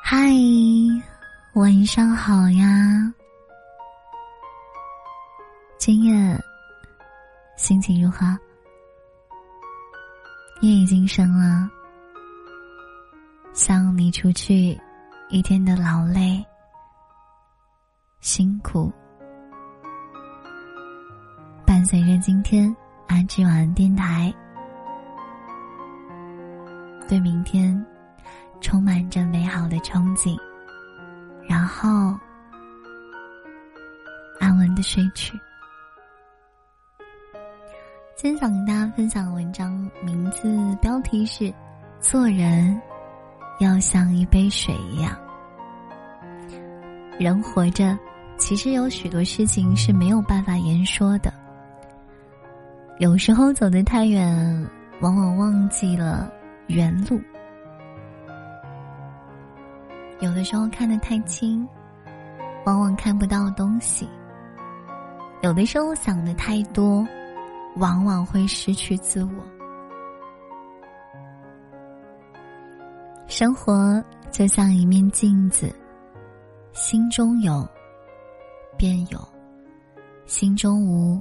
嗨，晚上好呀！今夜心情如何？夜已经深了，像你除去一天的劳累、辛苦，伴随着今天安之晚安电台，对明天充满着美好的憧憬，然后安稳的睡去。今天想跟大家分享的文章名字标题是做人要像一杯水一样。人活着其实有许多事情是没有办法言说的，有时候走得太远，往往忘记了原路，有的时候看得太清，往往看不到东西，有的时候想得太多，往往会失去自我。生活就像一面镜子，心中有便有，心中无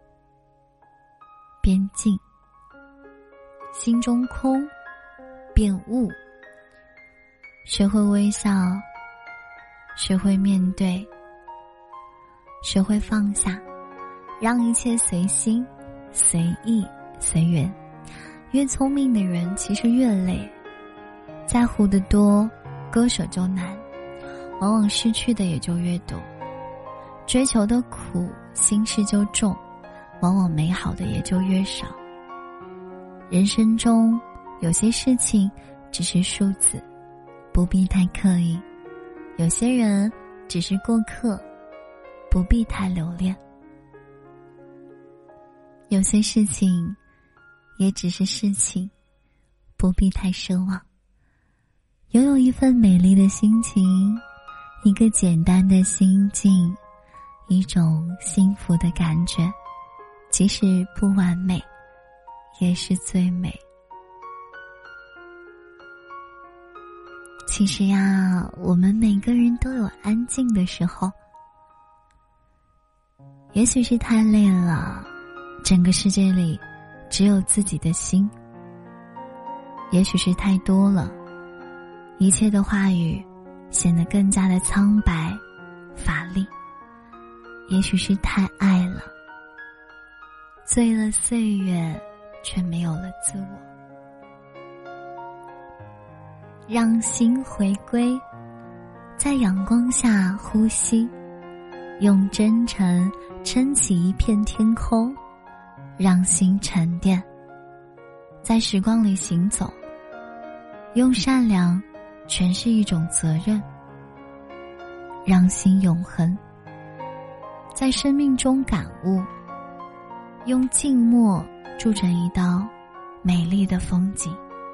便静，心中空便悟。学会微笑，学会面对，学会放下，让一切随心随意随缘。越聪明的人其实越累，在乎的多，割舍就难，往往失去的也就越多。追求的苦，心事就重，往往美好的也就越少。人生中有些事情只是数字，不必太刻意；有些人只是过客，不必太留恋。有些事情也只是事情，不必太奢望。拥有一份美丽的心情，一个简单的心境，一种幸福的感觉，即使不完美，也是最美。其实呀，我们每个人都有安静的时候，也许是太累了，整个世界里只有自己的心；也许是太多了，一切的话语显得更加的苍白乏力；也许是太爱了，醉了岁月，却没有了自我。让心回归，在阳光下呼吸，用真诚撑起一片天空，让心沉淀。在时光里行走，用善良诠释一种责任，让心永恒。在生命中感悟，用静默铸成一道美丽的风景。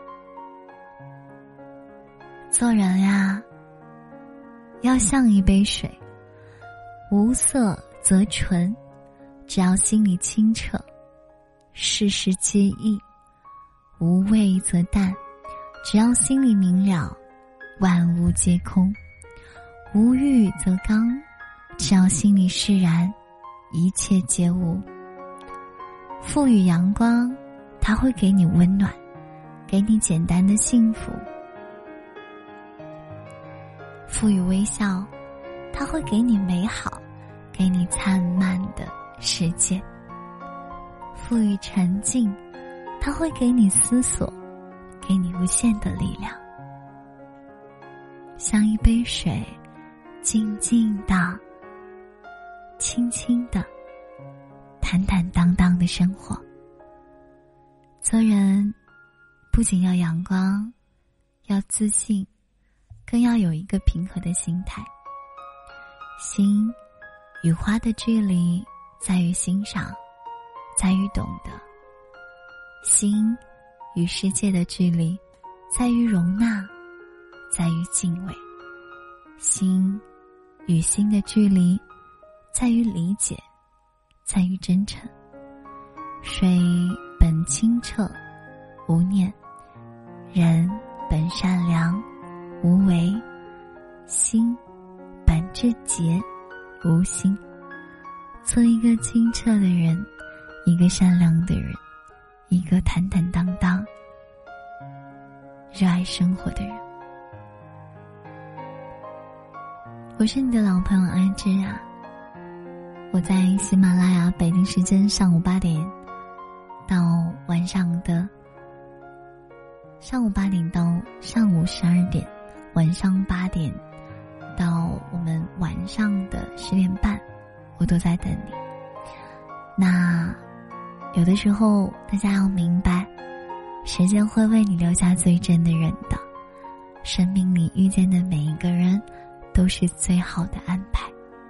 做人呀，要像一杯水，无色则纯，只要心里清澈，事事皆易；无味则淡，只要心里明了，万物皆空；无欲则刚，只要心里释然，一切皆无。赋予阳光，它会给你温暖，给你简单的幸福；赋予微笑，它会给你美好，给你灿烂的世界；赋予沉静，它会给你思索，给你无限的力量。像一杯水，静静的，轻轻的，坦坦荡荡的生活。做人不仅要阳光，要自信，更要有一个平和的心态。心与花的距离在于欣赏，在于懂得；心与世界的距离在于容纳，在于敬畏；心与心的距离在于理解，在于真诚。水本清澈无念，人本善良无为， 心本至洁无心。做一个清澈的人，一个善良的人，一个坦坦荡荡热爱生活的人。我是你的老朋友安之啊，我在喜马拉雅北京时间上午8点到晚上的上午8点到上午12点，晚上8点到我们晚上的10点半，我都在等你。那有的时候大家要明白，时间会为你留下最真的人的，生命里遇见的每一个人都是最好的安排。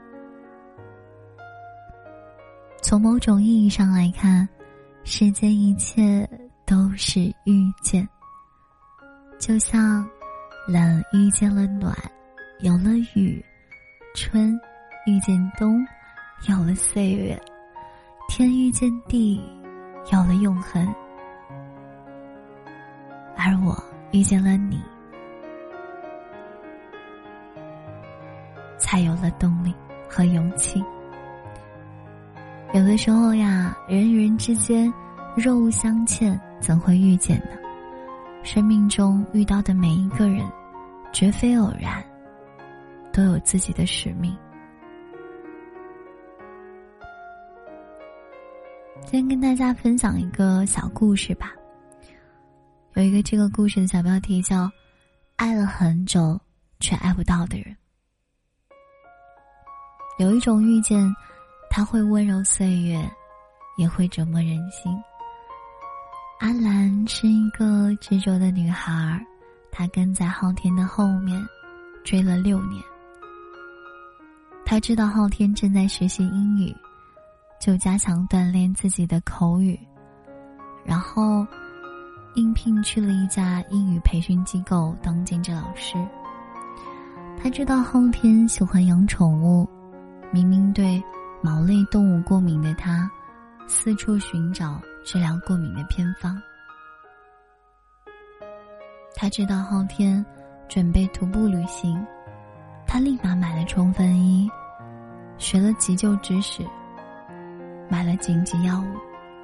从某种意义上来看，世间一切都是遇见，就像冷遇见了暖，有了雨；春遇见冬，有了岁月；天遇见地，有了永恒。而我遇见了你，才有了动力和勇气。有的时候呀，人与人之间若无相欠，怎会遇见呢？生命中遇到的每一个人绝非偶然，都有自己的使命。今天跟大家分享一个小故事吧。有一个这个故事的小标题叫爱了很久却爱不到的人。有一种遇见，它会温柔岁月，也会折磨人心。阿兰是一个执着的女孩，她跟在昊天的后面追了6年。她知道昊天正在学习英语，就加强锻炼自己的口语，然后应聘去了一家英语培训机构当兼职老师。她知道昊天喜欢养宠物，明明对毛类动物过敏的他，四处寻找治疗过敏的偏方。他知道昊天准备徒步旅行，他立马买了冲锋衣，学了急救知识，买了紧急药物。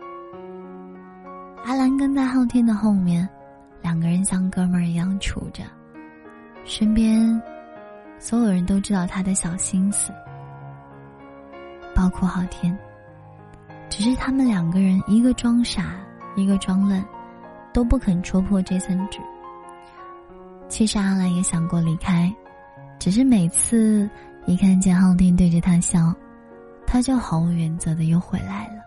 阿兰跟在昊天的后面，两个人像哥们儿一样处着，身边所有人都知道他的小心思，包括昊天。只是他们两个人，一个装傻，一个装愣，都不肯戳破这层纸。其实阿兰也想过离开，只是每次一看见昊天对着他笑，他就毫无原则的又回来了。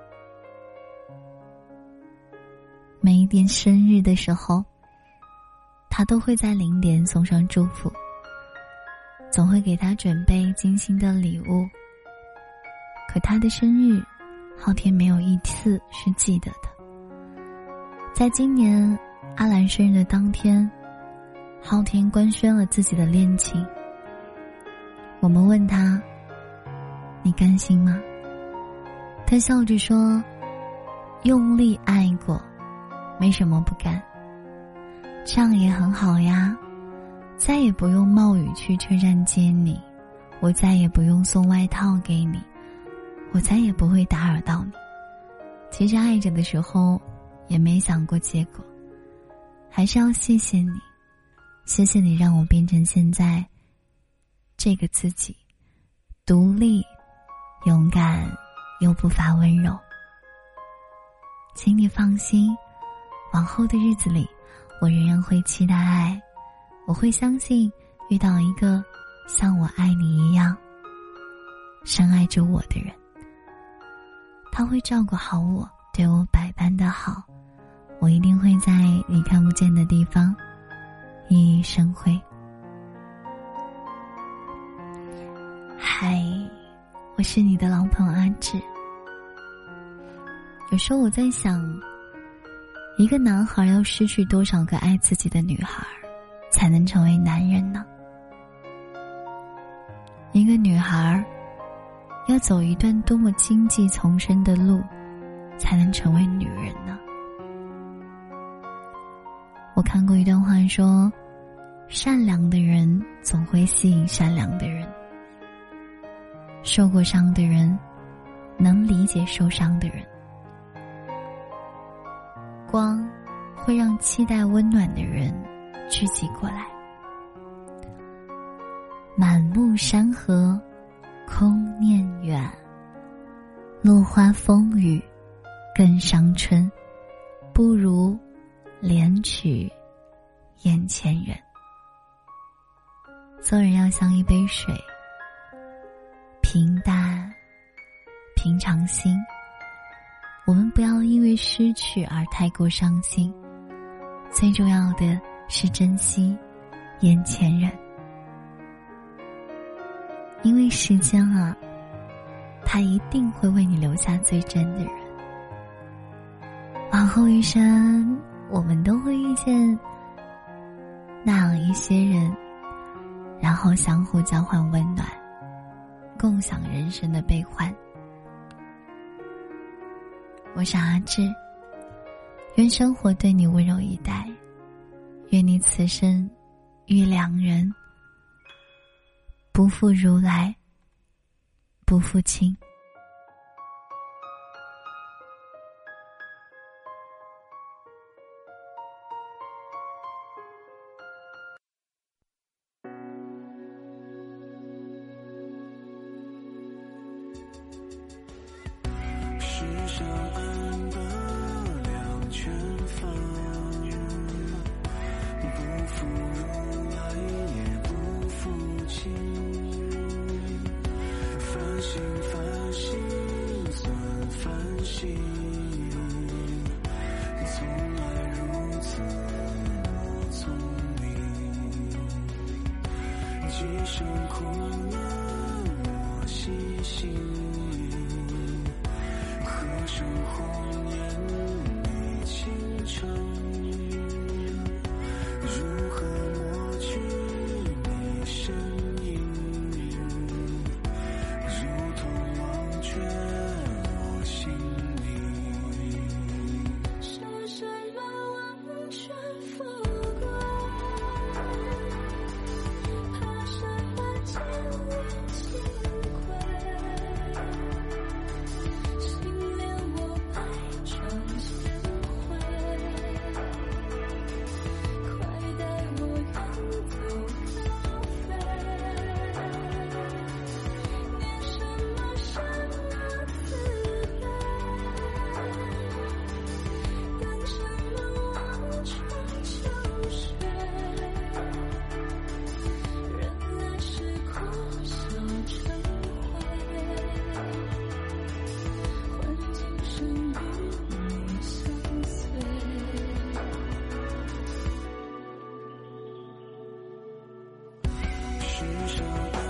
每一点生日的时候，他都会在0点送上祝福，总会给他准备精心的礼物。可他的生日，昊天没有一次是记得的。在今年阿兰生日的当天，昊天官宣了自己的恋情。我们问他，你甘心吗？他笑着说，用力爱过，没什么不甘。这样也很好呀，再也不用冒雨去车站接你，我再也不用送外套给你，我再也不会打扰到你。其实爱着的时候也没想过结果，还是要谢谢你，谢谢你让我变成现在这个自己，独立、勇敢又不乏温柔。请你放心，往后的日子里，我仍然会期待爱，我会相信遇到一个像我爱你一样深爱着我的人。他会照顾好我，对我百般的好，我一定会在你看不见的地方熠熠生辉。嗨，我是你的老朋友阿志。有时候我在想，一个男孩要失去多少个爱自己的女孩才能成为男人呢？一个女孩要走一段多么荆棘丛生的路才能成为女人呢？我看过一段话说， 善良的人总会吸引善良的人，受过伤的人能理解受伤的人，光会让期待温暖的人聚集过来。满目山河空念远，落花风雨更伤春，不如怜取眼前人。做人要像一杯水，平淡平常心。我们不要因为失去而太过伤心，最重要的是珍惜眼前人。因为时间啊，它一定会为你留下最真的人。往后余生，我们都会遇见那样一些人，然后相互交换温暖，共享人生的悲欢。我是阿志，愿生活对你温柔以待，愿你此生遇良人，不负如来，不负卿。 是上岸的两全法，不负如来也不负卿。繁星繁星算繁星，从来如此我聪明。几生苦难我细心，何生红颜你倾城，如何抹去你身影，如同忘却我心里。是什么完全富贵，怕什么见我轻亏，心连我百转千回，快带我远走高飞。念什么什么慈悲，等什么望穿秋水。人来时哭笑成灰，换今生与你相随。世上